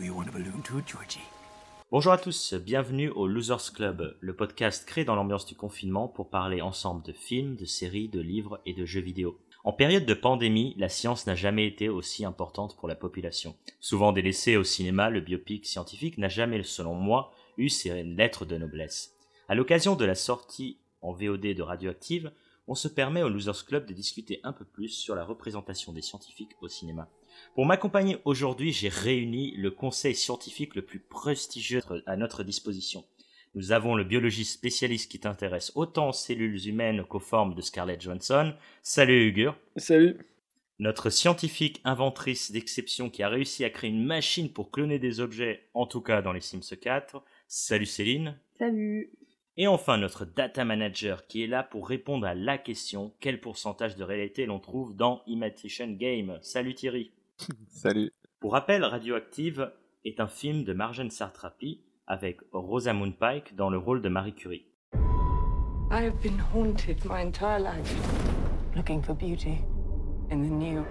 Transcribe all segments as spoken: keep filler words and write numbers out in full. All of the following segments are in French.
Do you want a balloon too, Georgie? Bonjour à tous, bienvenue au Losers Club, le podcast créé dans l'ambiance du confinement pour parler ensemble de films, de séries, de livres et de jeux vidéo. En période de pandémie, la science n'a jamais été aussi importante pour la population. Souvent délaissé au cinéma, le biopic scientifique n'a jamais, selon moi, eu ses lettres de noblesse. À l'occasion de la sortie en V O D de Radioactive, on se permet au Losers Club de discuter un peu plus sur la représentation des scientifiques au cinéma. Pour m'accompagner aujourd'hui, j'ai réuni le conseil scientifique le plus prestigieux à notre disposition. Nous avons le biologiste spécialiste qui t'intéresse autant aux cellules humaines qu'aux formes de Scarlett Johansson. Salut Ugur. Salut. Notre scientifique inventrice d'exception qui a réussi à créer une machine pour cloner des objets, en tout cas dans les Sims quatre. Salut Céline. Salut. Et enfin notre data manager qui est là pour répondre à la question quel pourcentage de réalité l'on trouve dans Imitation Game. Salut Thierry. Salut. Pour rappel, Radioactive est un film de Marjane Satrapi avec Rosamund Pike dans le rôle de Marie Curie. I have been haunted my entire life, looking for beauty in the new.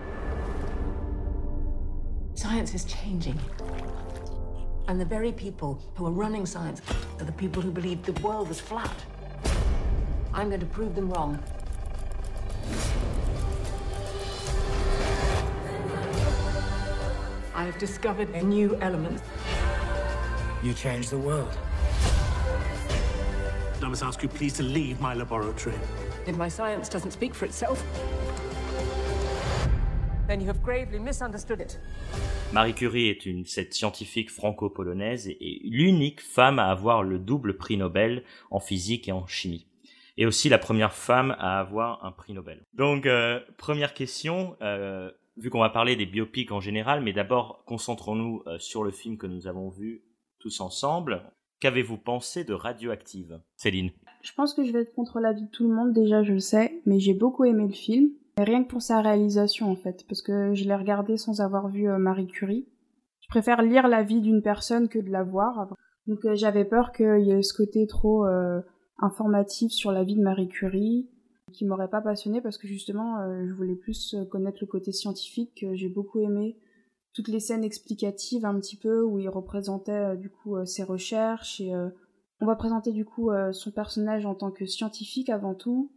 Science is changing. And the very people who are running science are the people who believe the world was flat. I'm going to prove them wrong. I have discovered a new element. You changed the world. I must ask you please to leave my laboratory. If my science doesn't speak for itself, then you have gravely misunderstood it. Marie Curie est une cette scientifique franco-polonaise et, et l'unique femme à avoir le double prix Nobel en physique et en chimie. Et aussi la première femme à avoir un prix Nobel. Donc, euh, première question, euh, vu qu'on va parler des biopics en général, mais d'abord concentrons-nous euh, sur le film que nous avons vu tous ensemble. Qu'avez-vous pensé de Radioactive, Céline? Je pense que je vais être contre l'avis de tout le monde, déjà je le sais, mais j'ai beaucoup aimé le film. Mais rien que pour sa réalisation en fait, parce que je l'ai regardé sans avoir vu euh, Marie Curie. Je préfère lire la vie d'une personne que de la voir. Donc euh, j'avais peur qu'il y ait ce côté trop euh, informatif sur la vie de Marie Curie, qui m'aurait pas passionné parce que justement euh, je voulais plus connaître le côté scientifique. Euh, j'ai beaucoup aimé toutes les scènes explicatives un petit peu où il représentait euh, du coup euh, ses recherches et euh, on va présenter du coup euh, son personnage en tant que scientifique avant tout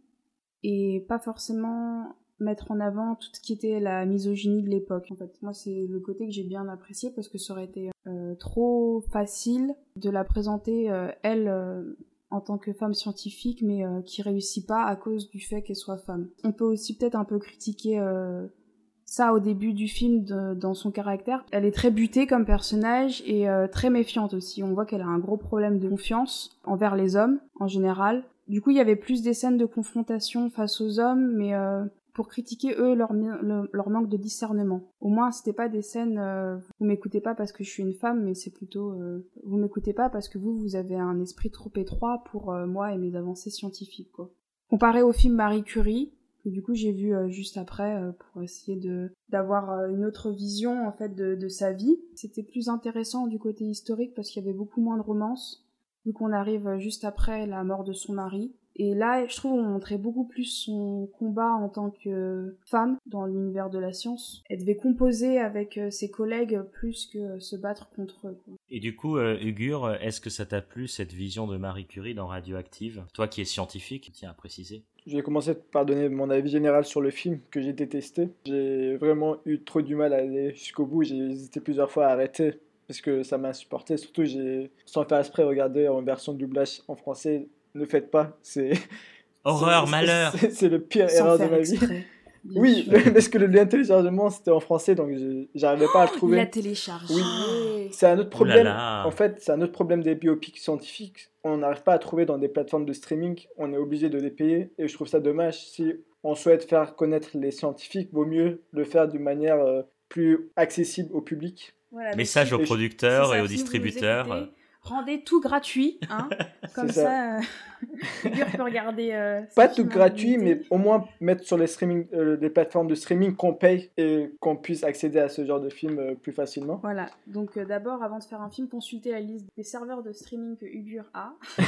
et pas forcément mettre en avant tout ce qui était la misogynie de l'époque. En fait, moi c'est le côté que j'ai bien apprécié parce que ça aurait été euh, trop facile de la présenter euh, elle euh, en tant que femme scientifique mais euh, qui réussit pas à cause du fait qu'elle soit femme. On peut aussi peut-être un peu critiquer euh, ça au début du film de, dans son caractère. Elle est très butée comme personnage et euh, très méfiante aussi. On voit qu'elle a un gros problème de confiance envers les hommes en général. Du coup, il y avait plus des scènes de confrontation face aux hommes, mais euh, pour critiquer eux leur, leur, leur manque de discernement. Au moins, c'était pas des scènes euh, vous m'écoutez pas parce que je suis une femme, mais c'est plutôt euh, vous m'écoutez pas parce que vous, vous avez un esprit trop étroit pour euh, moi et mes avancées scientifiques, quoi. Comparé au film Marie Curie, que du coup j'ai vu euh, juste après euh, pour essayer de d'avoir euh, une autre vision en fait de, de sa vie. C'était plus intéressant du côté historique parce qu'il y avait beaucoup moins de romance, vu qu'on arrive juste après la mort de son mari. Et là, je trouve on montrait beaucoup plus son combat en tant que femme dans l'univers de la science. Elle devait composer avec ses collègues plus que se battre contre eux, quoi. Et du coup, euh, Ugur, est-ce que ça t'a plu cette vision de Marie Curie dans Radioactive? Toi qui es scientifique, tiens à préciser. Je vais commencer par donner mon avis général sur le film que j'ai détesté. J'ai vraiment eu trop du mal à aller jusqu'au bout. J'ai hésité plusieurs fois à arrêter parce que ça m'a insupporté. Surtout, j'ai sans faire exprès regardé en version de doublage en français. Ne faites pas, c'est... Horreur, c'est, malheur. C'est, c'est le pire Sans erreur de faire ma exprès. vie. Oui, parce que le lien de téléchargement c'était en français donc je, j'arrivais pas à le trouver. La télécharge. Oui, c'est un autre problème. Ouh là là. En fait, c'est un autre problème des biopics scientifiques. On n'arrive pas à trouver dans des plateformes de streaming. On est obligé de les payer et je trouve ça dommage. Si on souhaite faire connaître les scientifiques, vaut mieux le faire d'une manière euh, plus accessible au public. Voilà, Message aux Et je- producteurs c'est ça, et aux si vous nous distributeurs. écoutez, rendez tout gratuit, hein. Comme C'est ça, ça euh, Ugur peut regarder. Euh, Pas ses tout films en gratuit, mais illimité. au moins mettre sur les, streaming, euh, les plateformes de streaming qu'on paye et qu'on puisse accéder à ce genre de film euh, plus facilement. Voilà. Donc euh, d'abord, avant de faire un film, consultez la liste des serveurs de streaming que Ugur a.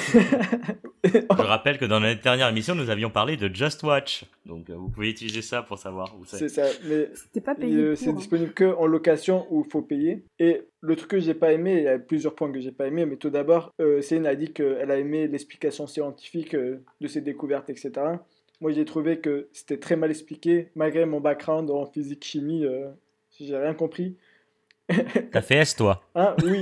Je rappelle que dans notre dernière émission, nous avions parlé de Just Watch. Donc, euh, vous pouvez utiliser ça pour savoir où c'est. C'est ça, mais T'es pas payé euh, pour. c'est hein. disponible que en location où il faut payer. Et le truc que j'ai pas aimé, il y a plusieurs points que j'ai pas aimé, mais tout d'abord, euh, Céline a dit qu'elle a aimé l'explication scientifique euh, de ses découvertes, et cetera. Moi, j'ai trouvé que c'était très mal expliqué, malgré mon background en physique-chimie, euh, j'ai rien compris. T'as fait S, toi? Hein, oui.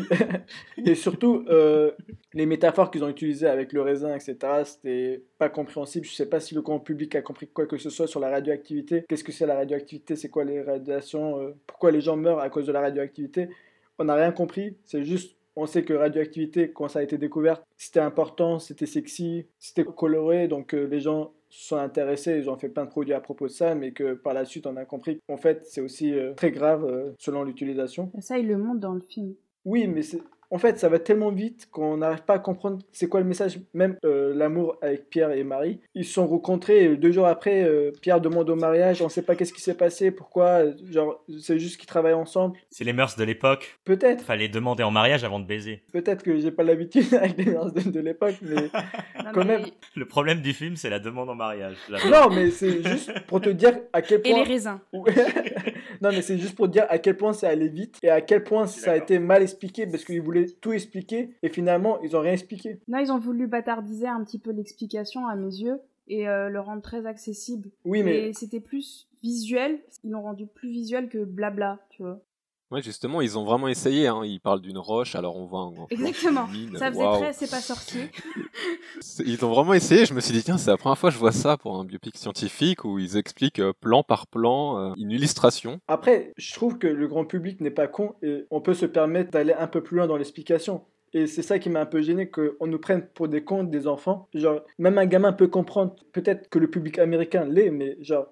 Et surtout, euh, les métaphores qu'ils ont utilisées avec le raisin, et cetera, c'était pas compréhensible. Je sais pas si le grand public a compris quoi que ce soit sur la radioactivité. Qu'est-ce que c'est la radioactivité? C'est quoi les radiations? euh, Pourquoi les gens meurent à cause de la radioactivité? On n'a rien compris. C'est juste, on sait que radioactivité, quand ça a été découvert, c'était important, c'était sexy, c'était coloré, donc euh, les gens se sont intéressés, ils ont fait plein de produits à propos de ça, mais que par la suite, on a compris qu'en fait, c'est aussi euh, très grave euh, selon l'utilisation. Et ça, il le montre dans le film. Oui, mais c'est... en fait, ça va tellement vite qu'on n'arrive pas à comprendre c'est quoi le message. Même euh, l'amour avec Pierre et Marie, ils se sont rencontrés et deux jours après, euh, Pierre demande au mariage, on ne sait pas qu'est-ce qui s'est passé, pourquoi, genre, c'est juste qu'ils travaillent ensemble. C'est les mœurs de l'époque. Peut-être, Fallait demander en mariage avant de baiser. peut-être que j'ai pas l'habitude avec les mœurs de, de l'époque, mais Non, quand mais- même. Le problème du film, c'est la demande en mariage. La- Non, mais c'est juste pour te dire à quel Et point. les raisins. Non, mais c'est juste pour te dire à quel point c'est allé vite et à quel point ça a été mal expliqué parce qu'ils voulaient tout expliquer et finalement ils ont rien expliqué. Non, ils ont voulu bâtardiser un petit peu l'explication à mes yeux et euh, le rendre très accessible. Oui, mais Et c'était plus visuel, ils l'ont rendu plus visuel que blabla, tu vois. Ouais, justement, ils ont vraiment essayé. Hein. Ils parlent d'une roche, alors on voit un grand plan Exactement. sur une mine. Ça faisait Waouh. très c'est pas sorcier. C'est- Ils ont vraiment essayé. Je me suis dit, tiens, c'est la première fois que je vois ça pour un biopic scientifique où ils expliquent euh, plan par plan euh, une illustration. après, je trouve que le grand public n'est pas con et on peut se permettre d'aller un peu plus loin dans l'explication. Et c'est ça qui m'a un peu gêné, qu'on nous prenne pour des cons, des enfants. Genre, même un gamin peut comprendre, peut-être que le public américain l'est, mais genre,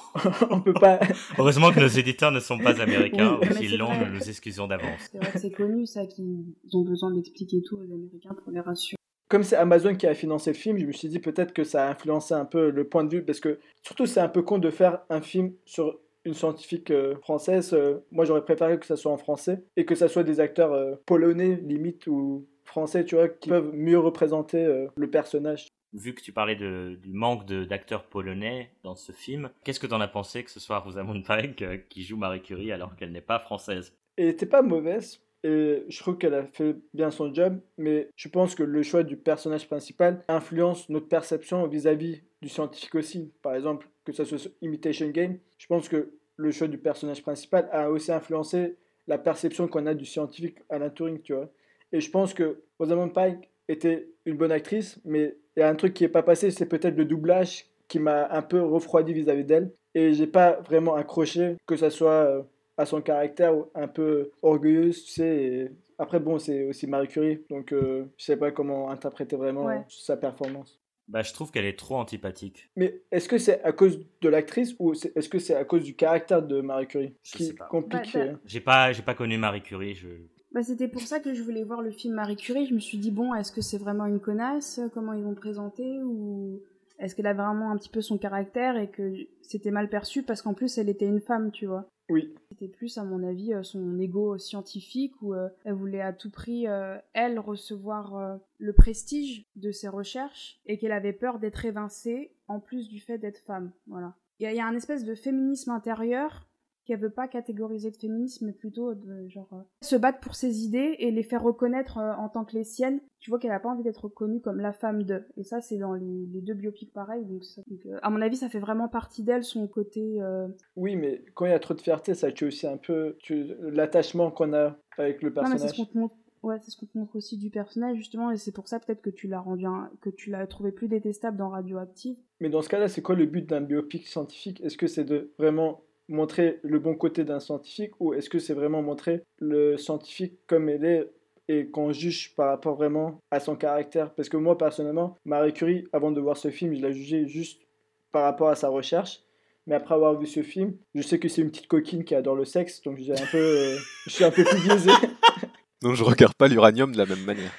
on peut pas... Heureusement que nos éditeurs ne sont pas américains, Oui. ou Mais s'ils c'est l'ont, vrai. nous nous excusons d'avance. C'est vrai que c'est connu ça qu'ils ont besoin d'expliquer tout aux Américains pour les rassurer. Comme c'est Amazon qui a financé le film, je me suis dit peut-être que ça a influencé un peu le point de vue, parce que surtout c'est un peu con de faire un film sur une scientifique euh, française. Euh, moi j'aurais préféré que ça soit en français et que ça soit des acteurs euh, polonais limite ou français, tu vois, qui peuvent mieux représenter euh, le personnage. Vu que tu parlais de, du manque de, d'acteurs polonais dans ce film, qu'est-ce que t'en as pensé que ce soit Rosamund Pike euh, qui joue Marie Curie alors qu'elle n'est pas française? Et elle était pas mauvaise. Et je trouve qu'elle a fait bien son job, mais je pense que le choix du personnage principal influence notre perception vis-à-vis du scientifique aussi. Par exemple, que ça soit sur Imitation Game, je pense que le choix du personnage principal a aussi influencé la perception qu'on a du scientifique Alan Turing, tu vois. Et je pense que Rosamund Pike était une bonne actrice, mais il y a un truc qui n'est pas passé, c'est peut-être le doublage qui m'a un peu refroidi vis-à-vis d'elle. Et j'ai pas vraiment accroché, que ça soit euh, à son caractère un peu orgueilleuse, tu sais. Et après, bon, c'est aussi Marie Curie, donc euh, je sais pas comment interpréter vraiment Ouais. sa performance. Bah, je trouve qu'elle est trop antipathique. Mais est-ce que c'est à cause de l'actrice ou c'est- est-ce que c'est à cause du caractère de Marie Curie Je qui sais pas. complique Bah, bah, euh, J'ai pas, j'ai pas connu Marie Curie, je... Bah, c'était pour ça que je voulais voir le film Marie Curie. Je me suis dit, bon, est-ce que c'est vraiment une connasse? Comment ils vont présenter? Ou est-ce qu'elle a vraiment un petit peu son caractère et que c'était mal perçu parce qu'en plus, elle était une femme, tu vois? Oui, C'était plus, à mon avis, euh, son ego scientifique où euh, elle voulait à tout prix, euh, elle, recevoir euh, le prestige de ses recherches et qu'elle avait peur d'être évincée en plus du fait d'être femme. Voilà. Il y, a- il y a un espèce de féminisme intérieur qu'elle veut pas catégoriser de féminisme, mais plutôt de genre euh, se battre pour ses idées et les faire reconnaître euh, en tant que les siennes. Tu vois qu'elle a pas envie d'être reconnue comme la femme de. Et ça, c'est dans les, les deux biopics pareils. Donc, ça- donc, euh, à mon avis, ça fait vraiment partie d'elle, son côté. euh, oui, mais quand il y a trop de fierté, ça tue aussi un peu tu- l'attachement qu'on a avec le Non, mais c'est personnage. ce qu'on te montre. Ouais, c'est ce qu'on te montre aussi du personnage justement, et c'est pour ça peut-être que tu l'as rendu, un- que tu l'as trouvé plus détestable dans Radioactive. Mais dans ce cas-là, c'est quoi le but d'un biopic scientifique? Est-ce que c'est de vraiment montrer le bon côté d'un scientifique ou est-ce que c'est vraiment montrer le scientifique comme il est et qu'on juge par rapport vraiment à son caractère? Parce que moi, personnellement, Marie Curie, avant de voir ce film, je la jugeais juste par rapport à sa recherche. Mais après avoir vu ce film, je sais que c'est une petite coquine qui adore le sexe, donc j'ai un peu, euh, je suis un peu plus biaisé. Donc je regarde pas l'uranium de la même manière.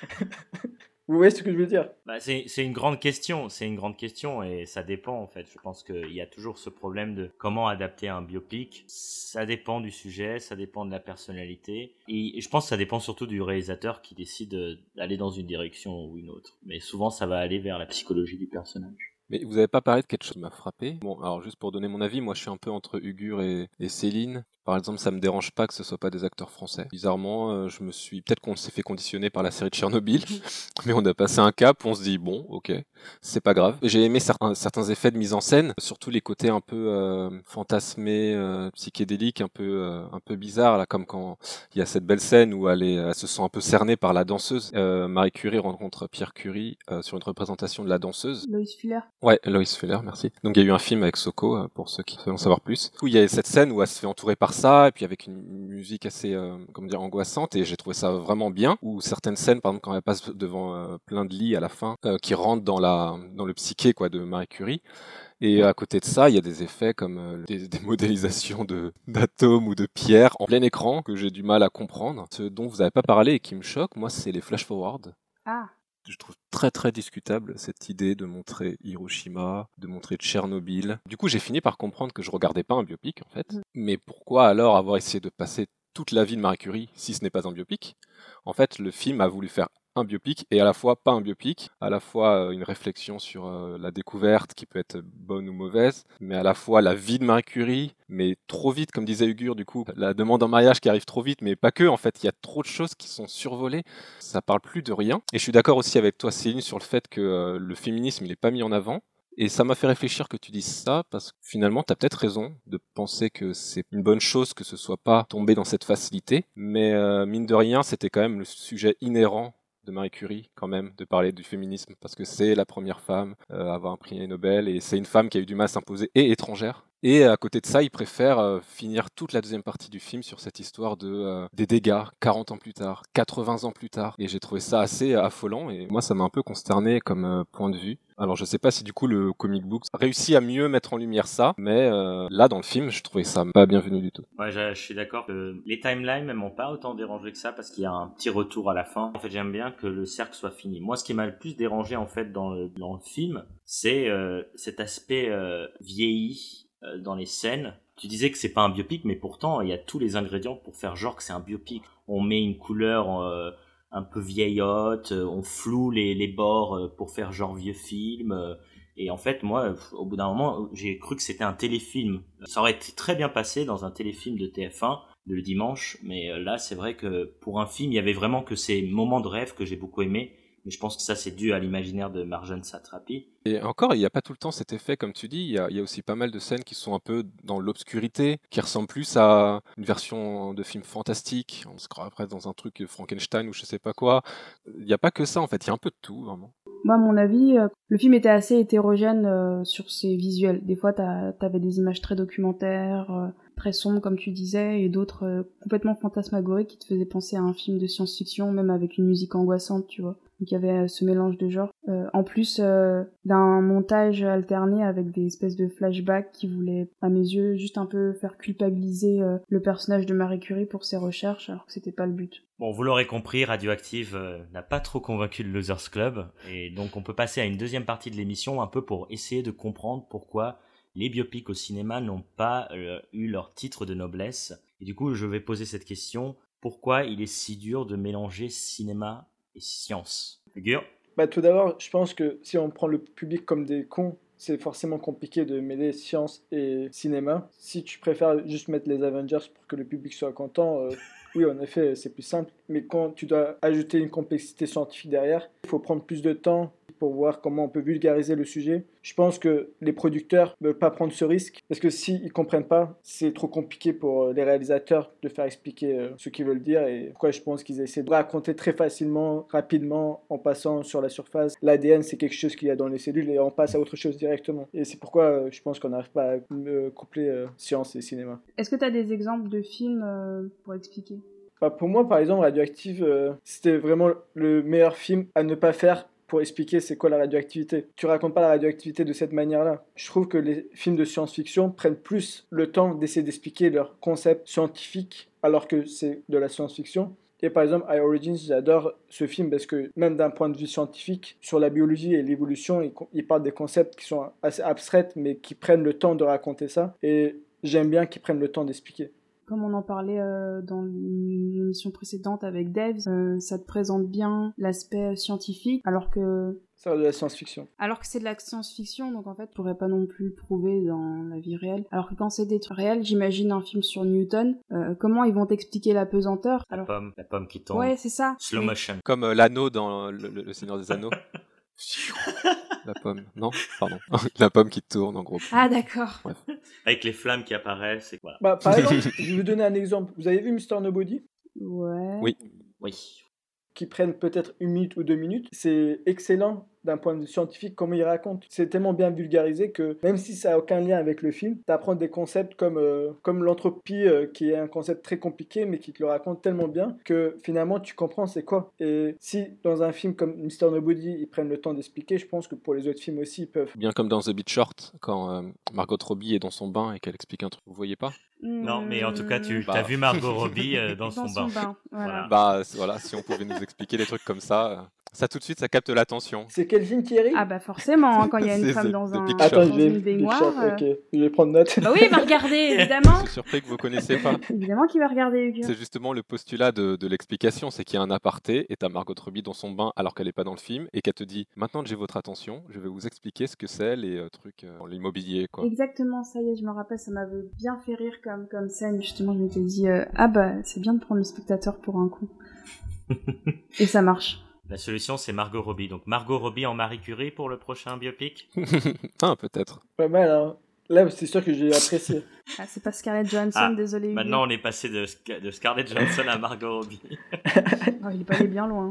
Vous voyez ce que je veux dire? Bah, c'est, c'est une grande question, c'est une grande question et ça dépend en fait. Je pense qu'il y a toujours ce problème de comment adapter un biopic. Ça dépend du sujet, ça dépend de la personnalité et et je pense que ça dépend surtout du réalisateur qui décide euh, d'aller dans une direction ou une autre. Mais souvent ça va aller vers la psychologie du personnage. Mais vous avez pas parlé de quelque chose qui m'a frappé. Bon, alors juste pour donner mon avis, moi je suis un peu entre Ugur et, et Céline. Par exemple, ça me dérange pas que ce soit pas des acteurs français. Bizarrement, euh, je me suis peut-être qu'on s'est fait conditionner par la série de Tchernobyl, mais on a passé un cap, on se dit bon, ok, c'est pas grave. J'ai aimé certains, certains effets de mise en scène, surtout les côtés un peu euh, fantasmés, euh, psychédéliques, un peu euh, un peu bizarres là, comme quand il y a cette belle scène où elle, est, elle se sent un peu cernée par la danseuse. Euh, Marie Curie rencontre Pierre Curie euh, sur une représentation de la danseuse. Lois Fuller. Ouais, Lois Fuller, merci. Donc il y a eu un film avec Soko, euh, pour ceux qui veulent en savoir plus. Où il y a cette scène où elle se fait entourer par ça, et puis avec une musique assez, euh, comment dire, angoissante, et j'ai trouvé ça vraiment bien. Ou certaines scènes, par exemple, quand elle passe devant euh, plein de lits à la fin, euh, qui rentrent dans la, dans le psyché, quoi, de Marie Curie. Et à côté de ça, il y a des effets comme euh, des, des modélisations de, d'atomes ou de pierres en plein écran que j'ai du mal à comprendre. Ce dont vous n'avez pas parlé et qui me choque, moi, c'est les flash-forward. Ah. Je trouve très très discutable cette idée de montrer Hiroshima, de montrer Tchernobyl. Du coup, j'ai fini par comprendre que je regardais pas un biopic en fait. Mmh. Mais pourquoi alors avoir essayé de passer toute la vie de Marie Curie si ce n'est pas un biopic ? En fait, le film a voulu faire un biopic et à la fois pas un biopic, à la fois une réflexion sur euh, la découverte qui peut être bonne ou mauvaise, mais à la fois la vie de Marie Curie, mais trop vite, comme disait Ugur, du coup, la demande en mariage qui arrive trop vite, mais pas que, en fait, il y a trop de choses qui sont survolées, ça parle plus de rien. Et je suis d'accord aussi avec toi, Céline, sur le fait que euh, le féminisme, il est pas mis en avant. Et ça m'a fait réfléchir que tu dises ça, parce que finalement, tu as peut-être raison de penser que c'est une bonne chose que ce soit pas tombé dans cette facilité, mais euh, mine de rien, c'était quand même le sujet inhérent de Marie Curie, quand même, de parler du féminisme, parce que c'est la première femme euh, à avoir un prix Nobel, et c'est une femme qui a eu du mal à s'imposer, et étrangère. Et à côté de ça, il préfère euh, finir toute la deuxième partie du film sur cette histoire de euh, des dégâts quarante ans plus tard, quatre-vingts ans plus tard. Et j'ai trouvé ça assez affolant, et moi ça m'a un peu consterné comme euh, point de vue. Alors je sais pas si du coup le comic book réussit à mieux mettre en lumière ça, mais euh, là dans le film, je trouvais ça pas bienvenu du tout. Ouais, je, je suis d'accord que les timelines ne m'ont pas autant dérangé que ça parce qu'il y a un petit retour à la fin. En fait, j'aime bien que le cercle soit fini. Moi, ce qui m'a le plus dérangé en fait dans le, dans le film, c'est euh, cet aspect euh, vieilli euh, dans les scènes. Tu disais que c'est pas un biopic, mais pourtant il y a tous les ingrédients pour faire genre que c'est un biopic. On met une couleur euh, un peu vieillotte, on floue les, les bords pour faire genre vieux film. Et en fait, moi, au bout d'un moment, j'ai cru que c'était un téléfilm. Ça aurait été très bien passé dans un téléfilm de T F un le dimanche, mais là, c'est vrai que pour un film, il y avait vraiment que ces moments de rêve que j'ai beaucoup aimés. Mais je pense que ça, c'est dû à l'imaginaire de Marjane Satrapi. Et encore, il n'y a pas tout le temps cet effet, comme tu dis. Il y a, il y a aussi pas mal de scènes qui sont un peu dans l'obscurité, qui ressemblent plus à une version de film fantastique. On se croit après dans un truc Frankenstein ou je sais pas quoi. Il n'y a pas que ça, en fait. Il y a un peu de tout, vraiment. Moi, à mon avis, euh, le film était assez hétérogène euh, sur ses visuels. Des fois, t'as, t'avais des images très documentaires, euh, très sombres, comme tu disais, et d'autres euh, complètement fantasmagoriques qui te faisaient penser à un film de science-fiction, même avec une musique angoissante, tu vois. Donc il y avait ce mélange de genres. Euh, en plus euh, d'un montage alterné avec des espèces de flashbacks qui voulaient, à mes yeux, juste un peu faire culpabiliser euh, le personnage de Marie Curie pour ses recherches, alors que c'était pas le but. Bon, vous l'aurez compris, Radioactive euh, n'a pas trop convaincu le Losers Club, et donc on peut passer à une deuxième partie de l'émission, un peu pour essayer de comprendre pourquoi les biopics au cinéma n'ont pas euh, eu leur titre de noblesse. Et du coup, je vais poser cette question, pourquoi il est si dur de mélanger cinéma et science? Figure. Bah, tout d'abord, je pense que si on prend le public comme des cons, c'est forcément compliqué de mêler science et cinéma. Si tu préfères juste mettre les Avengers pour que le public soit content, euh, oui, en effet, c'est plus simple. Mais quand tu dois ajouter une complexité scientifique derrière, il faut prendre plus de temps pour voir comment on peut vulgariser le sujet. Je pense que les producteurs ne veulent pas prendre ce risque, parce que s'ils ne comprennent pas, c'est trop compliqué pour les réalisateurs de faire expliquer ce qu'ils veulent dire, et pourquoi je pense qu'ils essaient de raconter très facilement, rapidement, en passant sur la surface. L'A D N, c'est quelque chose qu'il y a dans les cellules, et on passe à autre chose directement. Et c'est pourquoi je pense qu'on n'arrive pas à coupler euh, science et cinéma. Est-ce que tu as des exemples de films euh, pour expliquer ? Bah, pour moi, par exemple, Radioactive, euh, c'était vraiment le meilleur film à ne pas faire pour expliquer c'est quoi la radioactivité. Tu racontes pas la radioactivité de cette manière-là. Je trouve que les films de science-fiction prennent plus le temps d'essayer d'expliquer leurs concepts scientifiques alors que c'est de la science-fiction. Et par exemple, I Origins, j'adore ce film parce que même d'un point de vue scientifique, sur la biologie et l'évolution, il, il parle des concepts qui sont assez abstraits mais qui prennent le temps de raconter ça. Et j'aime bien qu'ils prennent le temps d'expliquer. Comme on en parlait euh, dans l'émission précédente avec Dave, euh, ça te présente bien l'aspect scientifique, alors que Ça reste de la science-fiction. Alors que c'est de la science-fiction, donc en fait, on pourrait pas non plus le prouver dans la vie réelle. Alors que quand c'est des trucs réels, j'imagine un film sur Newton, euh, comment ils vont t'expliquer la pesanteur? La Alors... pomme, la pomme qui tombe. Ouais, c'est ça. Slow Mais... motion. Comme euh, l'anneau dans le, le, le Seigneur des Anneaux. La pomme, non, pardon. La pomme qui tourne, en gros. Ah, d'accord. Bref. Avec les flammes qui apparaissent, et voilà. Bah, par exemple, je vais vous donner un exemple. Vous avez vu mister Nobody? Ouais. Oui. Oui. Qui prennent peut-être une minute ou deux minutes. C'est excellent d'un point de vue scientifique comment il raconte. C'est tellement bien vulgarisé que même si ça n'a aucun lien avec le film, tu apprends des concepts comme, euh, comme l'entropie, euh, qui est un concept très compliqué, mais qui te le raconte tellement bien que finalement tu comprends c'est quoi. Et si dans un film comme mister Nobody, ils prennent le temps d'expliquer, je pense que pour les autres films aussi, ils peuvent. Bien comme dans The Big Short, quand euh, Margot Robbie est dans son bain et qu'elle explique un truc. Vous voyez pas? Non, mais en tout cas, tu Bah. as vu Margot Robbie euh, dans, Dans son, son bain. bain, voilà. Voilà. Bah voilà, si on pouvait nous expliquer des trucs comme ça, euh, ça tout de suite, ça capte l'attention. C'est quel film, Thierry? Ah bah forcément, hein, quand il y a une C'est femme The- dans, The un, Big dans Short. Attends, je vais. une Big baignoire... Short, euh, ok, je vais prendre note. Bah oui, il va regarder, évidemment. Je suis surpris que vous connaissez pas. Évidemment qu'il va regarder, Hugo. C'est justement le postulat de, de l'explication, c'est qu'il y a un aparté et t'as Margot Robbie dans son bain alors qu'elle est pas dans le film et qu'elle te dit maintenant que j'ai votre attention, je vais vous expliquer ce que c'est les euh, trucs euh, dans l'immobilier quoi. Exactement, ça y est, je me rappelle, ça m'avait bien fait rire comme, comme scène. Justement, je m'étais dit, euh, ah bah, c'est bien de prendre le spectateur pour un coup. Et ça marche. La solution, c'est Margot Robbie. Donc Margot Robbie en Marie Curie pour le prochain biopic. Ah peut-être. Pas mal, hein. Là, c'est sûr que j'ai apprécié. Ah, c'est pas Scarlett Johansson, Ah, désolé. Hugo. Maintenant, on est passé de, Sca- de Scarlett Johansson à Margot Robbie. Oh, il est pas allé bien loin.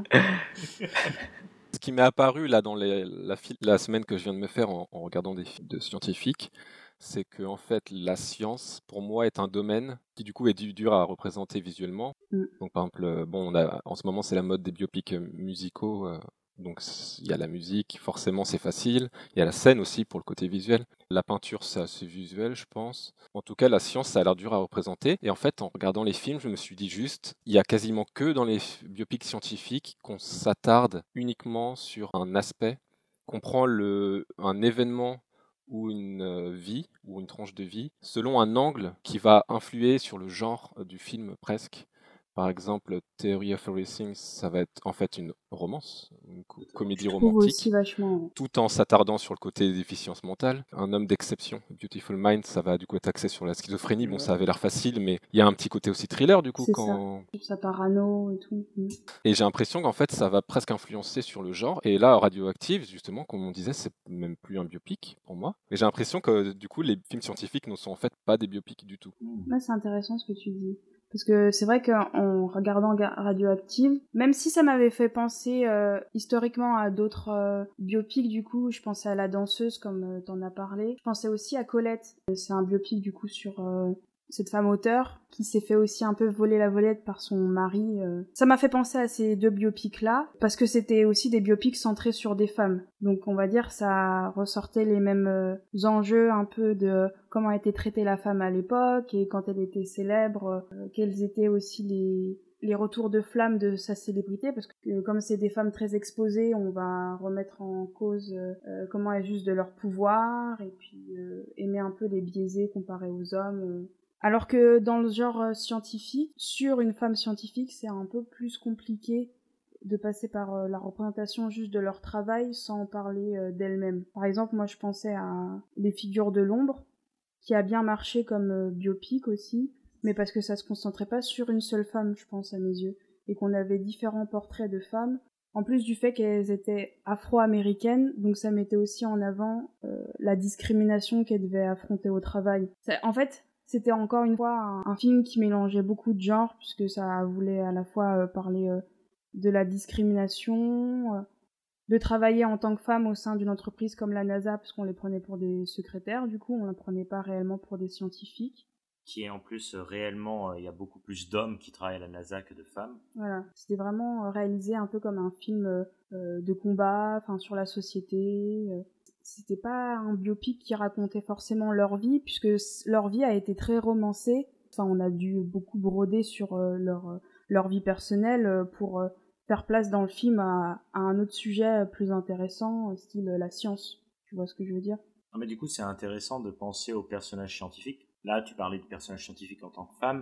Ce qui m'est apparu là dans les- la, fi- la semaine que je viens de me faire en, en regardant des films de scientifiques, c'est que en fait la science pour moi est un domaine qui du coup est du- dur à représenter visuellement. Mm. Donc par exemple, euh, bon, on a, en ce moment c'est la mode des biopics euh, musicaux, euh, donc il y a la musique, forcément c'est facile. Il y a la scène aussi pour le côté visuel. La peinture c'est assez visuel, je pense. En tout cas, la science ça a l'air dur à représenter. Et en fait, en regardant les films, je me suis dit juste, il y a quasiment que dans les f- biopics scientifiques qu'on s'attarde uniquement sur un aspect, qu'on prend le, un événement ou une euh, vie, ou une tranche de vie, selon un angle qui va influer sur le genre euh, du film presque. Par exemple, Theory of Everything, ça va être en fait une romance, une co- comédie Je trouve romantique, aussi vachement. tout en s'attardant sur le côté déficience mentale. Un homme d'exception, Beautiful Mind, ça va du coup être axé sur la schizophrénie. Bon, Ouais. ça avait l'air facile, mais il y a un petit côté aussi thriller du coup. C'est Quand... Je trouve ça parano et tout. Mm. Et j'ai l'impression qu'en fait, ça va presque influencer sur le genre. Et là, Radioactive, justement, comme on disait, c'est même plus un biopic pour moi. Mais j'ai l'impression que du coup, les films scientifiques ne sont en fait pas des biopics du tout. Là, c'est intéressant ce que tu dis. Parce que c'est vrai qu'en regardant Ga- Radioactive, même si ça m'avait fait penser euh, historiquement à d'autres euh, biopics, du coup, je pensais à La Danseuse, comme euh, t'en as parlé. Je pensais aussi à Colette. C'est un biopic, du coup, sur euh, cette femme auteure qui s'est fait aussi un peu voler la volette par son mari. euh. Ça m'a fait penser à ces deux biopics-là, parce que c'était aussi des biopics centrés sur des femmes. Donc on va dire ça ressortait les mêmes euh, enjeux un peu de comment a été traitée la femme à l'époque et quand elle était célèbre, euh, quels étaient aussi les les retours de flamme de sa célébrité, parce que euh, comme c'est des femmes très exposées, on va remettre en cause euh, euh, comment elles usent de leur pouvoir et puis euh, aimer un peu les biaisés comparés aux hommes. euh. Alors que dans le genre euh, scientifique, sur une femme scientifique, c'est un peu plus compliqué de passer par euh, la représentation juste de leur travail sans parler euh, d'elles-mêmes. Par exemple, moi je pensais à Les Figures de l'ombre, qui a bien marché comme euh, biopic aussi, mais parce que ça se concentrait pas sur une seule femme, je pense, à mes yeux, et qu'on avait différents portraits de femmes, en plus du fait qu'elles étaient afro-américaines, donc ça mettait aussi en avant euh, la discrimination qu'elles devaient affronter au travail. Ça, en fait, c'était encore une fois un, un film qui mélangeait beaucoup de genres, puisque ça voulait à la fois euh, parler euh, de la discrimination, euh, de travailler en tant que femme au sein d'une entreprise comme la NASA, parce qu'on les prenait pour des secrétaires, du coup, on ne les prenait pas réellement pour des scientifiques. Qui est en plus euh, réellement, euh, il y a beaucoup plus d'hommes qui travaillent à la NASA que de femmes. Voilà, c'était vraiment euh, réalisé un peu comme un film euh, euh, de combat, enfin sur la société. euh. C'était pas un biopic qui racontait forcément leur vie, puisque s- leur vie a été très romancée. Enfin, on a dû beaucoup broder sur euh, leur euh, leur vie personnelle euh, pour euh, faire place dans le film à, à un autre sujet plus intéressant, euh, style euh, la science. Tu vois ce que je veux dire? Non, mais du coup, c'est intéressant de penser aux personnages scientifiques. Là, tu parlais de personnages scientifiques en tant que femmes,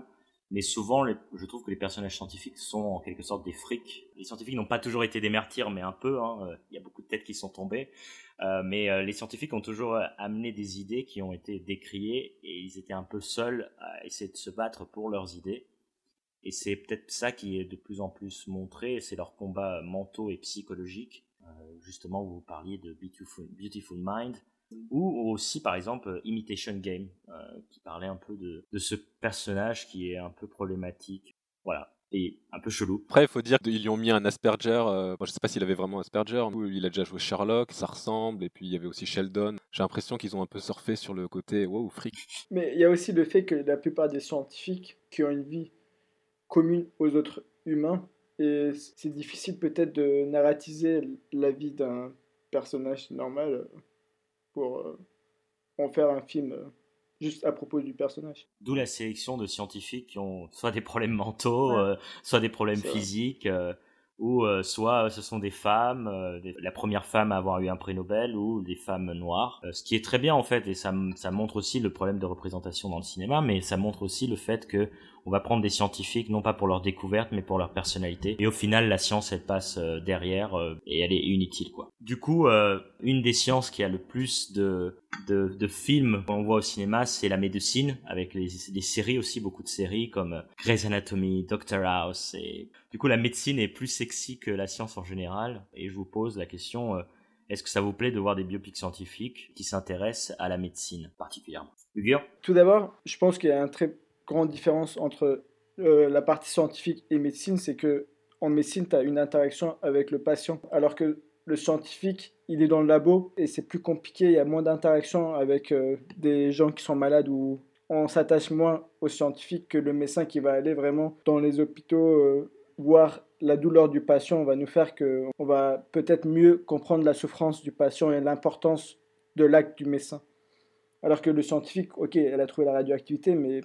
Mais souvent, les, je trouve que les personnages scientifiques sont en quelque sorte des frics. Les scientifiques n'ont pas toujours été des martyrs, mais un peu. Hein. Il y a beaucoup de têtes qui sont tombées. Euh, mais euh, les scientifiques ont toujours amené des idées qui ont été décriées et ils étaient un peu seuls à essayer de se battre pour leurs idées. Et c'est peut-être ça qui est de plus en plus montré, c'est leurs combats mentaux et psychologiques. Euh, justement, vous parliez de Beautiful, Beautiful Mind. Ou aussi, par exemple, Imitation Game, euh, qui parlait un peu de, de ce personnage qui est un peu problématique, voilà, et un peu chelou. Après, il faut dire qu'ils lui ont mis un Asperger, euh, bon, je sais pas s'il avait vraiment Asperger, mais il a déjà joué Sherlock, ça ressemble, et puis il y avait aussi Sheldon. J'ai l'impression qu'ils ont un peu surfé sur le côté wow, fric. Mais il y a aussi le fait que la plupart des scientifiques qui ont une vie commune aux autres humains, et c'est difficile peut-être de narratiser la vie d'un personnage normal pour euh, en faire un film euh, juste à propos du personnage. D'où la sélection de scientifiques qui ont soit des problèmes mentaux, Ouais. euh, soit des problèmes C'est physiques, euh, ou euh, soit ce sont des femmes, euh, des, la première femme à avoir eu un prix Nobel, ou des femmes noires. Euh, ce qui est très bien en fait, et ça, ça montre aussi le problème de représentation dans le cinéma, mais ça montre aussi le fait que on va prendre des scientifiques non pas pour leur découverte mais pour leur personnalité, et au final la science elle passe euh, derrière euh, et elle est inutile quoi. Du coup euh, une des sciences qui a le plus de de, de films qu'on voit au cinéma, c'est la médecine, avec les, les séries aussi, beaucoup de séries comme Grey's Anatomy, Doctor House, et du coup la médecine est plus sexy que la science en général, et je vous pose la question, euh, est-ce que ça vous plaît de voir des biopics scientifiques qui s'intéressent à la médecine particulièrement? Hugues? Tout d'abord, je pense qu'il y a une très grande différence entre euh, la partie scientifique et médecine, c'est que en médecine, tu as une interaction avec le patient, alors que le scientifique, il est dans le labo et c'est plus compliqué, il y a moins d'interaction avec euh, des gens qui sont malades, ou on s'attache moins aux scientifiques que le médecin qui va aller vraiment dans les hôpitaux euh, voir la douleur du patient. On va nous faire que on va peut-être mieux comprendre la souffrance du patient et l'importance de l'acte du médecin. Alors que le scientifique, ok, elle a trouvé la radioactivité, mais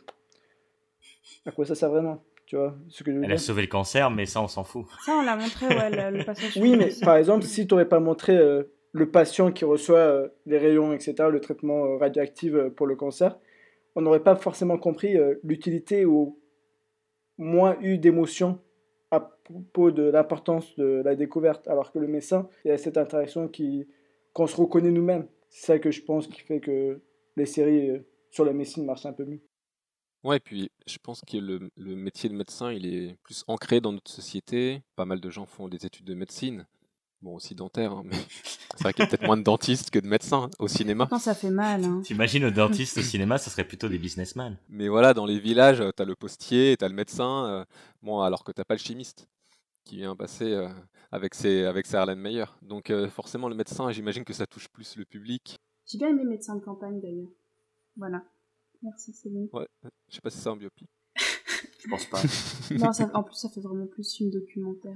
à quoi ça sert vraiment? Tu vois ce que je veux Elle dire? a sauvé le cancer, mais ça on s'en fout. Ça, on l'a montré, ouais, le, le passage. Oui, mais sur- par exemple, si tu n'aurais pas montré euh, le patient qui reçoit euh, les rayons, et cetera, le traitement euh, radioactif euh, pour le cancer, on n'aurait pas forcément compris euh, l'utilité ou moins eu d'émotion à propos de l'importance de la découverte. Alors que le médecin, il y a cette interaction qui, qu'on se reconnaît nous-mêmes. C'est ça que je pense qui fait que les séries euh, sur la médecine marchent un peu mieux. Ouais, et puis je pense que le, le métier de médecin, il est plus ancré dans notre société. Pas mal de gens font des études de médecine. Bon, aussi dentaire, hein, mais c'est vrai qu'il y a peut-être moins de dentistes que de médecins hein, au cinéma. Non, ça fait mal. Hein. T'imagines le dentiste au cinéma, ça serait plutôt des businessmen. Mais voilà, dans les villages, euh, t'as le postier, t'as le médecin, euh, bon, alors que t'as pas le chimiste qui vient passer euh, avec ses, avec ses Erlenmeyer. Donc euh, forcément, le médecin, j'imagine que ça touche plus le public. J'ai bien aimé Médecin de campagne d'ailleurs. Voilà. Merci Céline. Ouais, je sais pas si c'est un biopic. Je pense pas. Non, ça, en plus, ça fait vraiment plus film documentaire.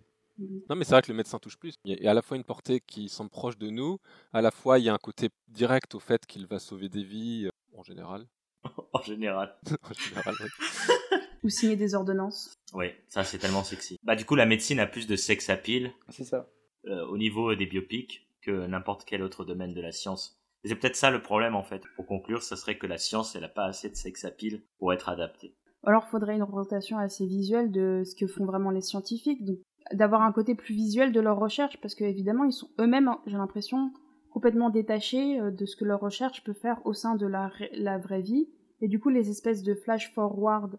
Non, mais c'est vrai que le médecin touche plus. Il y a à la fois une portée qui semble proche de nous, à la fois il y a un côté direct au fait qu'il va sauver des vies, euh, en général. En général. en général, oui. Ou signer des ordonnances. Oui, ça c'est tellement sexy. Bah du coup la médecine a plus de sex appeal C'est ça. euh, au niveau des biopics que n'importe quel autre domaine de la science. Et c'est peut-être ça le problème en fait. Pour conclure, ça serait que la science elle a pas assez de sex appeal pour être adaptée. Alors, il faudrait une représentation assez visuelle de ce que font vraiment les scientifiques. Donc, d'avoir un côté plus visuel de leur recherche, parce qu'évidemment, ils sont eux-mêmes, j'ai l'impression, complètement détachés de ce que leur recherche peut faire au sein de la, la vraie vie. Et du coup, les espèces de flash-forward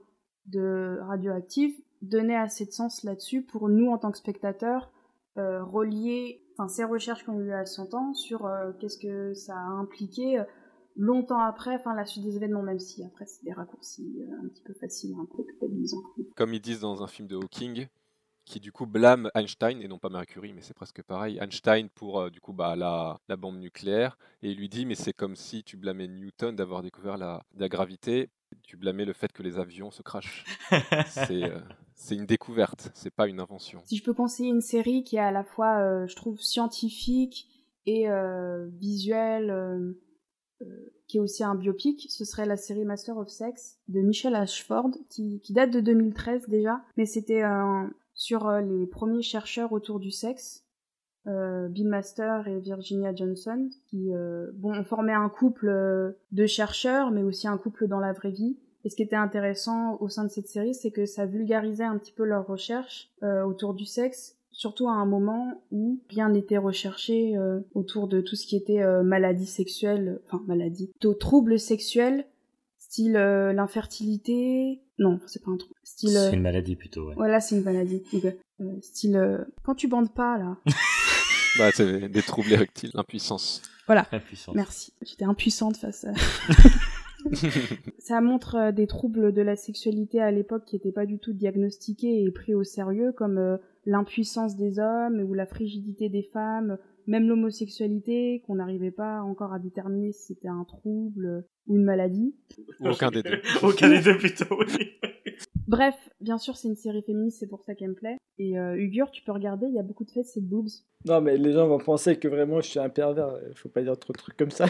de radioactifs donnaient assez de sens là-dessus pour nous, en tant que spectateurs, euh, relier enfin, ces recherches qu'on a eues à cent ans sur euh, qu'est-ce que ça a impliqué euh, longtemps après, enfin la suite des événements, même si après c'est des raccourcis euh, un petit peu faciles, un peu culpabilisants. Comme ils disent dans un film de Hawking, qui du coup blâme Einstein, et non pas Marie Curie, mais c'est presque pareil, Einstein pour euh, du coup bah, la, la bombe nucléaire, et il lui dit mais c'est comme si tu blâmais Newton d'avoir découvert la, la gravité, tu blâmais le fait que les avions se crashent. c'est, euh, c'est une découverte, c'est pas une invention. Si je peux conseiller une série qui est à la fois, euh, je trouve, scientifique et euh, visuelle, euh, euh, qui est aussi un biopic, ce serait la série Master of Sex de Michel Ashford, qui, qui date de deux mille treize déjà, mais c'était un... sur euh, les premiers chercheurs autour du sexe, euh, Bill Master et Virginia Johnson, qui euh, bon, ont formé un couple euh, de chercheurs, mais aussi un couple dans la vraie vie, Et ce qui était intéressant au sein de cette série, c'est que ça vulgarisait un petit peu leurs recherches euh, autour du sexe, surtout à un moment où rien n'était recherché euh, autour de tout ce qui était euh, maladie sexuelle, enfin maladie, plutôt troubles sexuels, style euh, l'infertilité. Non, c'est pas un trouble. Style. Euh... C'est une maladie plutôt, ouais. Voilà, c'est une maladie. Donc, euh, style euh... quand tu bandes pas là. Bah, c'est des troubles érectiles, l'impuissance. Voilà. Impuissance. Merci. J'étais impuissante face à. Ça montre euh, des troubles de la sexualité à l'époque qui n'étaient pas du tout diagnostiqués et pris au sérieux, comme euh, l'impuissance des hommes ou la frigidité des femmes, même l'homosexualité, qu'on n'arrivait pas encore à déterminer si c'était un trouble euh, ou une maladie. Aucun des deux. Aucun des deux plutôt, oui. Bref, bien sûr, c'est une série féministe, c'est pour ça qu'elle me plaît. Et euh, Ugur, tu peux regarder, il y a beaucoup de fesses et de boobs. Non, mais les gens vont penser que vraiment je suis un pervers. Faut pas dire trop de trucs comme ça.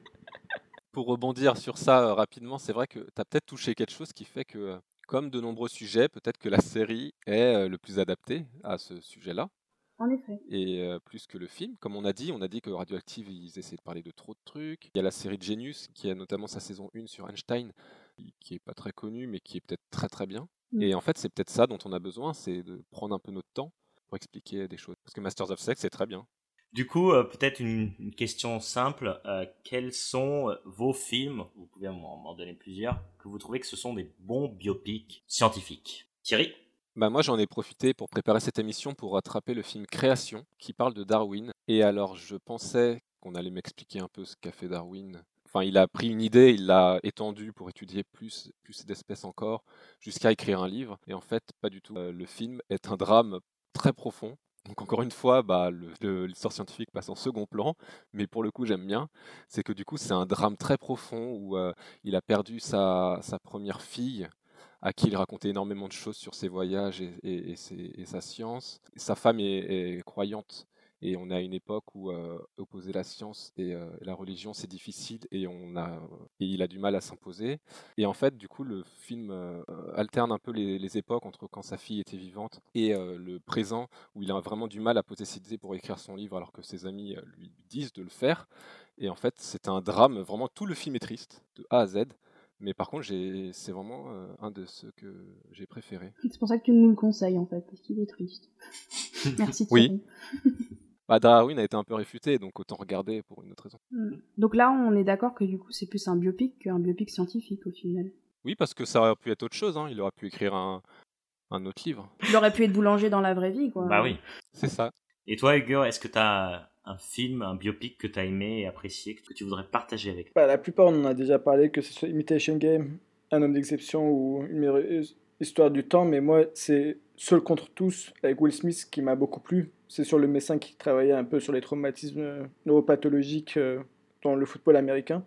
Pour rebondir sur ça euh, rapidement, c'est vrai que tu as peut-être touché quelque chose qui fait que, euh, comme de nombreux sujets, peut-être que la série est euh, le plus adaptée à ce sujet-là. En effet. Et euh, plus que le film. Comme on a dit, on a dit que Radioactive, ils essaient de parler de trop de trucs. Il y a la série Genius, qui a notamment sa saison un sur Einstein, qui est pas très connue, mais qui est peut-être très très bien. Mm. Et en fait, c'est peut-être ça dont on a besoin, c'est de prendre un peu notre temps pour expliquer des choses. Parce que Masters of Sex, c'est très bien. Du coup, euh, peut-être une, une question simple. Euh, quels sont vos films, vous pouvez m'en, m'en donner plusieurs, que vous trouvez que ce sont des bons biopics scientifiques? Thierry? Bah moi, j'en ai profité pour préparer cette émission pour rattraper le film Création, qui parle de Darwin. Et alors, je pensais qu'on allait m'expliquer un peu ce qu'a fait Darwin. Enfin, il a pris une idée, il l'a étendue pour étudier plus, plus d'espèces encore, jusqu'à écrire un livre. Et en fait, pas du tout. Euh, le film est un drame très profond. Donc encore une fois, bah, le, le, l'histoire scientifique passe en second plan, mais pour le coup j'aime bien. C'est que du coup c'est un drame très profond où euh, il a perdu sa, sa première fille, à qui il racontait énormément de choses sur ses voyages et, et, et, ses, et sa science. Sa femme est, est croyante. Et on est à une époque où euh, opposer la science et euh, la religion, c'est difficile et, on a, et il a du mal à s'imposer. Et en fait, du coup, le film euh, alterne un peu les, les époques entre quand sa fille était vivante et euh, le présent, où il a vraiment du mal à poser ses idées pour écrire son livre alors que ses amis euh, lui disent de le faire. Et en fait, c'est un drame, vraiment tout le film est triste, de A à Z. Mais par contre, j'ai... c'est vraiment euh, un de ceux que j'ai préférés. C'est pour ça que tu nous le conseilles, en fait, parce qu'il est triste. Merci Thierry. Oui. Bah, Darwin a été un peu réfuté, donc autant regarder pour une autre raison. Donc là, on est d'accord que du coup, c'est plus un biopic qu'un biopic scientifique, au final. Oui, parce que ça aurait pu être autre chose, hein. Il aurait pu écrire un, un autre livre. Il aurait pu être boulanger dans la vraie vie, quoi. Bah oui. C'est ça. Et toi, Ugur, est-ce que t'as un film, un biopic que t'as aimé et apprécié, que tu voudrais partager avec nous? Bah, la plupart, on en a déjà parlé, que ce soit Imitation Game, Un homme d'exception ou Une merveilleuse histoire du temps, mais moi, c'est Seul contre tous, avec Will Smith, qui m'a beaucoup plu. C'est sur le médecin qui travaillait un peu sur les traumatismes neuropathologiques dans le football américain.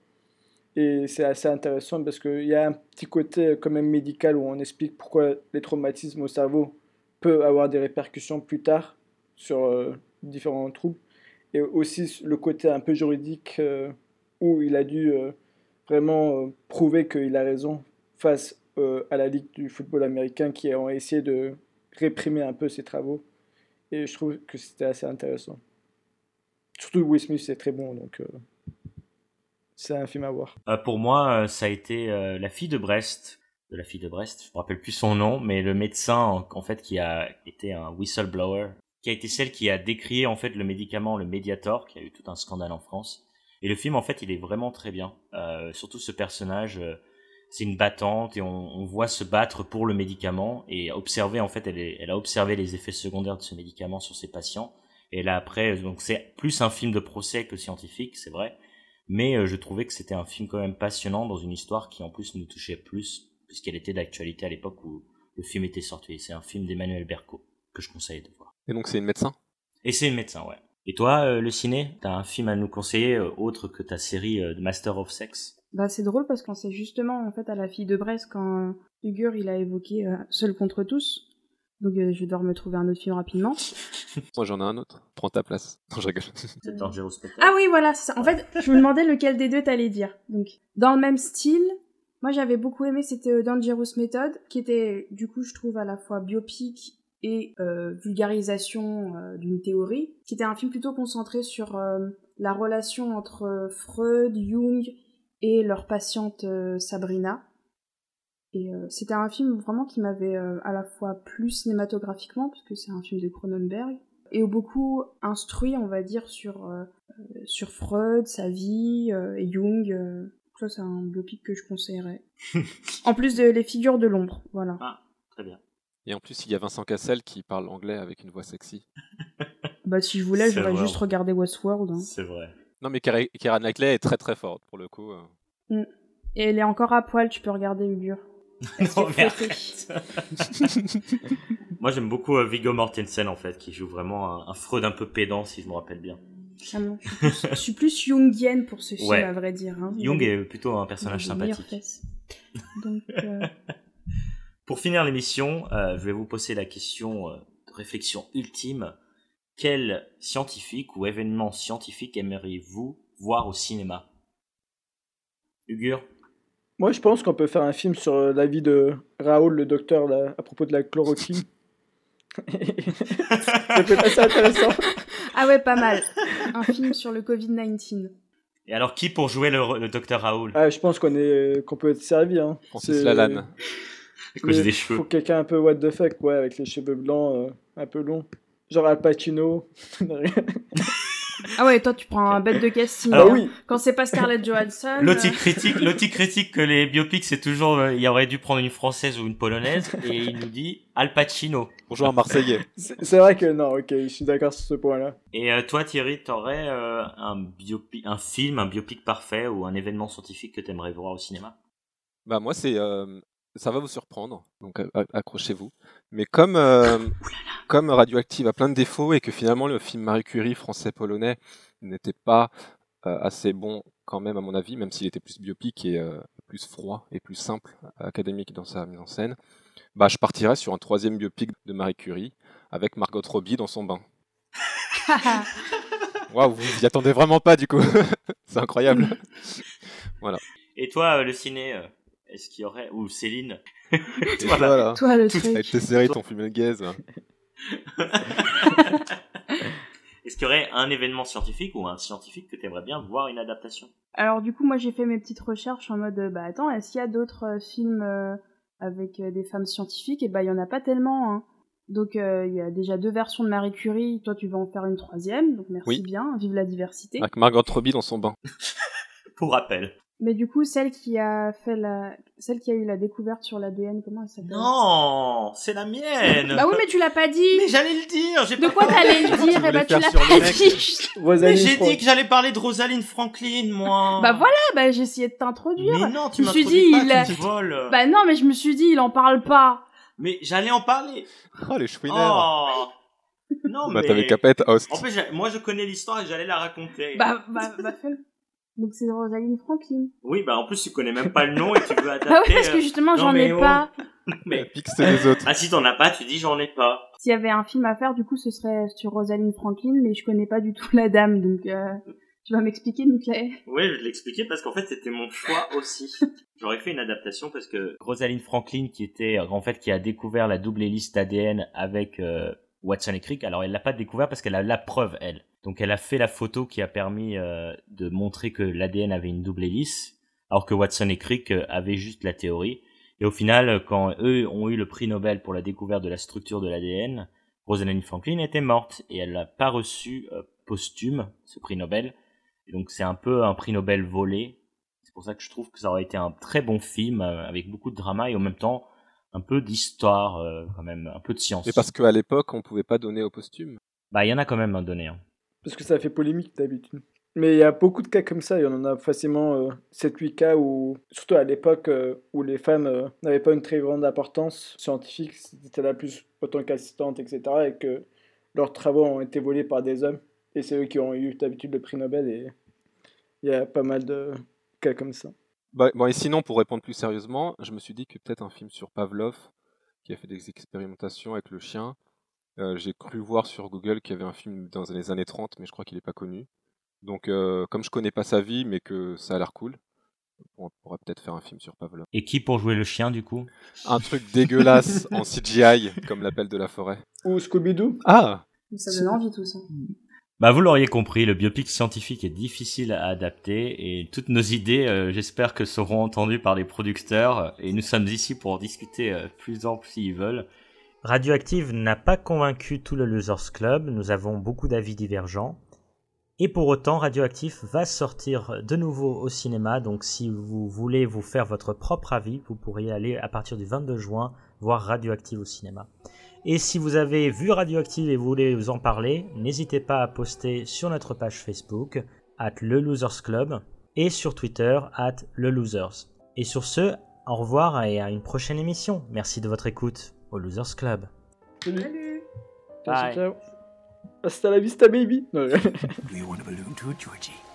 Et c'est assez intéressant parce qu'il y a un petit côté quand même médical où on explique pourquoi les traumatismes au cerveau peuvent avoir des répercussions plus tard sur euh, différents troubles. Et aussi le côté un peu juridique euh, où il a dû euh, vraiment euh, prouver qu'il a raison face euh, à la Ligue du football américain qui ont essayé de réprimer un peu ses travaux. Et je trouve que c'était assez intéressant. Surtout Will Smith, c'est très bon, donc euh, c'est un film à voir. Euh, pour moi, euh, ça a été euh, La fille de Brest. De La fille de Brest, je me rappelle plus son nom, mais le médecin, en, en fait, qui a été un whistleblower, qui a été celle qui a décrié en fait le médicament, le Mediator, qui a eu tout un scandale en France. Et le film, en fait, il est vraiment très bien. Euh, surtout ce personnage, euh, c'est une battante et on, on voit se battre pour le médicament et observer, en fait, elle, est, elle a observé les effets secondaires de ce médicament sur ses patients. Et là après, donc c'est plus un film de procès que scientifique, c'est vrai. Mais euh, je trouvais que c'était un film quand même passionnant dans une histoire qui en plus nous touchait plus, puisqu'elle était d'actualité à l'époque où le film était sorti. C'est un film d'Emmanuel Berco que je conseille de voir. Et donc c'est une médecin? Et c'est une médecin, ouais. Et toi, euh, le ciné, t'as un film à nous conseiller euh, autre que ta série euh, de Master of Sex? Bah c'est drôle parce qu'on sait justement en fait à La fille de Brest quand euh, Ugur il a évoqué euh, Seul contre tous. Donc euh, je vais devoir me trouver un autre film rapidement. Moi j'en ai un autre. Prends ta place. Non, je rigole. C'est Dangerous Peter. Ah oui voilà c'est ça. En fait je me demandais lequel des deux t'allais dire. Donc dans le même style, moi j'avais beaucoup aimé c'était Dangerous Method qui était du coup je trouve à la fois biopic et euh, vulgarisation euh, d'une théorie, qui était un film plutôt concentré sur euh, la relation entre Freud, Jung et leur patiente euh, Sabrina. Et euh, c'était un film vraiment qui m'avait euh, à la fois plu cinématographiquement, parce que c'est un film de Cronenberg, et beaucoup instruit, on va dire, sur, euh, sur Freud, sa vie, euh, et Jung. Euh, ça, c'est un biopic que je conseillerais. En plus de Les Figures de l'ombre, voilà. Ah, très bien. Et en plus, il y a Vincent Cassel qui parle anglais avec une voix sexy. Bah, si je voulais, C'est j'aurais vrai. juste regardé Westworld. Hein. C'est vrai. Non, mais Keira Keira Knightley est très très forte pour le coup. Mm. Et elle est encore à poil, tu peux regarder Ugur. Non, mais arrête. Moi, j'aime beaucoup euh, Viggo Mortensen, en fait, qui joue vraiment un, un Freud un peu pédant, si je me rappelle bien. Ah non, je suis plus, je suis plus jungienne pour ce film, Ouais. à vrai dire. Hein. Jung Il est plutôt un personnage il a des meilleures sympathique. fesses. Donc, euh, Pour finir l'émission, euh, je vais vous poser la question euh, de réflexion ultime. Quel scientifique ou événement scientifique aimeriez-vous voir au cinéma? Ugur? Moi, je pense qu'on peut faire un film sur euh, la vie de Raoul, le docteur, là, à propos de la chloroquine. Ça peut être assez intéressant. Ah ouais, pas mal. Un film sur le covid dix-neuf. Et alors, qui pour jouer le, le docteur Raoul? Ah, je pense qu'on est, qu'on peut être servi. Hein. Francis C'est- Lalanne. À cause Mais des faut cheveux. quelqu'un un peu what the fuck, ouais, avec les cheveux blancs, euh, un peu longs. Genre Al Pacino. Ah ouais, toi, tu prends un bête de casting. Bah Alors, hein. oui. Quand c'est pas Scarlett Johansson... L'autre, il euh, critique, l'autre, il critique que les biopics, c'est toujours, euh, il aurait dû prendre une française ou une polonaise, et il nous dit Al Pacino. Bonjour un Marseillais. C'est c'est vrai que non, ok, je suis d'accord sur ce point-là. Et euh, toi, Thierry, t'aurais euh, un biopic, un film, un biopic parfait ou un événement scientifique que t'aimerais voir au cinéma? Bah moi c'est euh, ça va vous surprendre, donc a- a- accrochez-vous. Mais comme euh, comme Radioactive a plein de défauts et que finalement le film Marie Curie français-polonais n'était pas euh, assez bon quand même à mon avis, même s'il était plus biopic et euh, plus froid et plus simple, académique dans sa mise en scène, bah je partirais sur un troisième biopic de Marie Curie avec Margot Robbie dans son bain. Waouh, vous y attendez vraiment pas du coup. C'est incroyable. Voilà. Et toi, euh, le ciné, euh, est-ce qu'il y aurait, ou Céline? Et Toi, toi, là, Toi, le Tout- truc. avec tes séries, ton film de gaze. là. Est-ce qu'il y aurait un événement scientifique ou un scientifique que t'aimerais bien voir une adaptation? Alors du coup, moi, j'ai fait mes petites recherches en mode, euh, bah attends, est-ce qu'il y a d'autres euh, films euh, avec euh, des femmes scientifiques? Et bah, il y en a pas tellement, hein. Donc, euh, il y a déjà deux versions de Marie Curie. Toi, tu vas en faire une troisième. Donc, merci Oui. bien. Vive la diversité. Avec Margot Robbie dans son bain. Pour rappel. Mais du coup, celle qui a fait la, celle qui a eu la découverte sur l'A D N, comment elle s'appelle? Non, c'est la mienne. Bah oui, mais tu l'as pas dit. Mais j'allais le dire. J'ai De pas quoi t'allais le dire? Tu Eh bah, voulais tu faire l'as sur le pas mec. dit. Mais Rosalie j'ai Franck. dit que j'allais parler de Rosalind Franklin, moi. Bah voilà, bah j'ai essayé de t'introduire. Mais non, tu Je me suis m'introduis dit, pas, il a- tu me voles. Bah non, mais je me suis dit, il en parle pas. Mais j'allais en parler. Oh, les chouineurs. Oh. Non, Bah, mais... t'avais qu'à pas être host. En fait, j'ai- moi, je connais l'histoire et j'allais la raconter. Bah, bah, bah fais-le. Donc c'est Rosalind Franklin. Oui, bah, en plus, tu connais même pas le nom et tu veux adapter. Bah oui, parce que euh, justement, non, j'en mais ai oh. pas. Mais... Pix les autres. Ah, si t'en as pas, tu dis j'en ai pas. S'il y avait un film à faire, du coup, ce serait sur Rosalind Franklin, mais je connais pas du tout la dame, donc euh, tu vas m'expliquer, Niclay. Oui, je vais l'expliquer parce qu'en fait, c'était mon choix aussi. J'aurais fait une adaptation parce que Rosalind Franklin, qui était, en fait, qui a découvert la double hélice d'A D N avec euh, Watson et Crick, alors elle l'a pas découvert parce qu'elle a la preuve, elle. Donc elle a fait la photo qui a permis euh, de montrer que l'A D N avait une double hélice, alors que Watson et Crick euh, avaient juste la théorie. Et au final, quand eux ont eu le prix Nobel pour la découverte de la structure de l'A D N, Rosalind Franklin était morte et elle l'a pas reçu euh, posthume, ce prix Nobel. Et donc c'est un peu un prix Nobel volé. C'est pour ça que je trouve que ça aurait été un très bon film euh, avec beaucoup de drama et en même temps un peu d'histoire, euh, quand même, un peu de science. Mais parce qu'à l'époque, on pouvait pas donner au posthume. Bah il y en a quand même un donné. Hein. Parce que ça fait polémique d'habitude. Mais il y a beaucoup de cas comme ça, il y en a facilement euh, sept huit cas où, surtout à l'époque euh, où les femmes euh, n'avaient pas une très grande importance scientifique, c'était là plus autant qu'assistantes, et cetera, et que leurs travaux ont été volés par des hommes, et c'est eux qui ont eu d'habitude le prix Nobel, et il y a pas mal de cas comme ça. Bah, bon, et sinon, pour répondre plus sérieusement, je me suis dit que peut-être un film sur Pavlov, qui a fait des expérimentations avec le chien. Euh, j'ai cru voir sur Google qu'il y avait un film dans les années trente, mais je crois qu'il n'est pas connu. Donc, euh, comme je connais pas sa vie, mais que ça a l'air cool, on pourrait peut-être faire un film sur Pavlov. Et qui pour jouer le chien du coup? Un truc dégueulasse en C G I, comme l'appel de la forêt. Ou Scooby-Doo. Ah, Ça donne envie tout ça. Bah, vous l'auriez compris, le biopic scientifique est difficile à adapter et toutes nos idées, euh, j'espère que seront entendues par les producteurs et nous sommes ici pour en discuter euh, plus ample s'ils veulent. Radioactive n'a pas convaincu tout le Losers Club, nous avons beaucoup d'avis divergents. Et pour autant, Radioactive va sortir de nouveau au cinéma, donc si vous voulez vous faire votre propre avis, vous pourriez aller à partir du vingt-deux juin voir Radioactive au cinéma. Et si vous avez vu Radioactive et vous voulez vous en parler, n'hésitez pas à poster sur notre page Facebook, at le Losers Club, et sur Twitter, at le Losers. Et sur ce, au revoir et à une prochaine émission. Merci de votre écoute au Losers Club. Salut. Salut. Ciao, Bye. ciao. Hasta la vista, baby. Non, Do you want a balloon too, Georgie?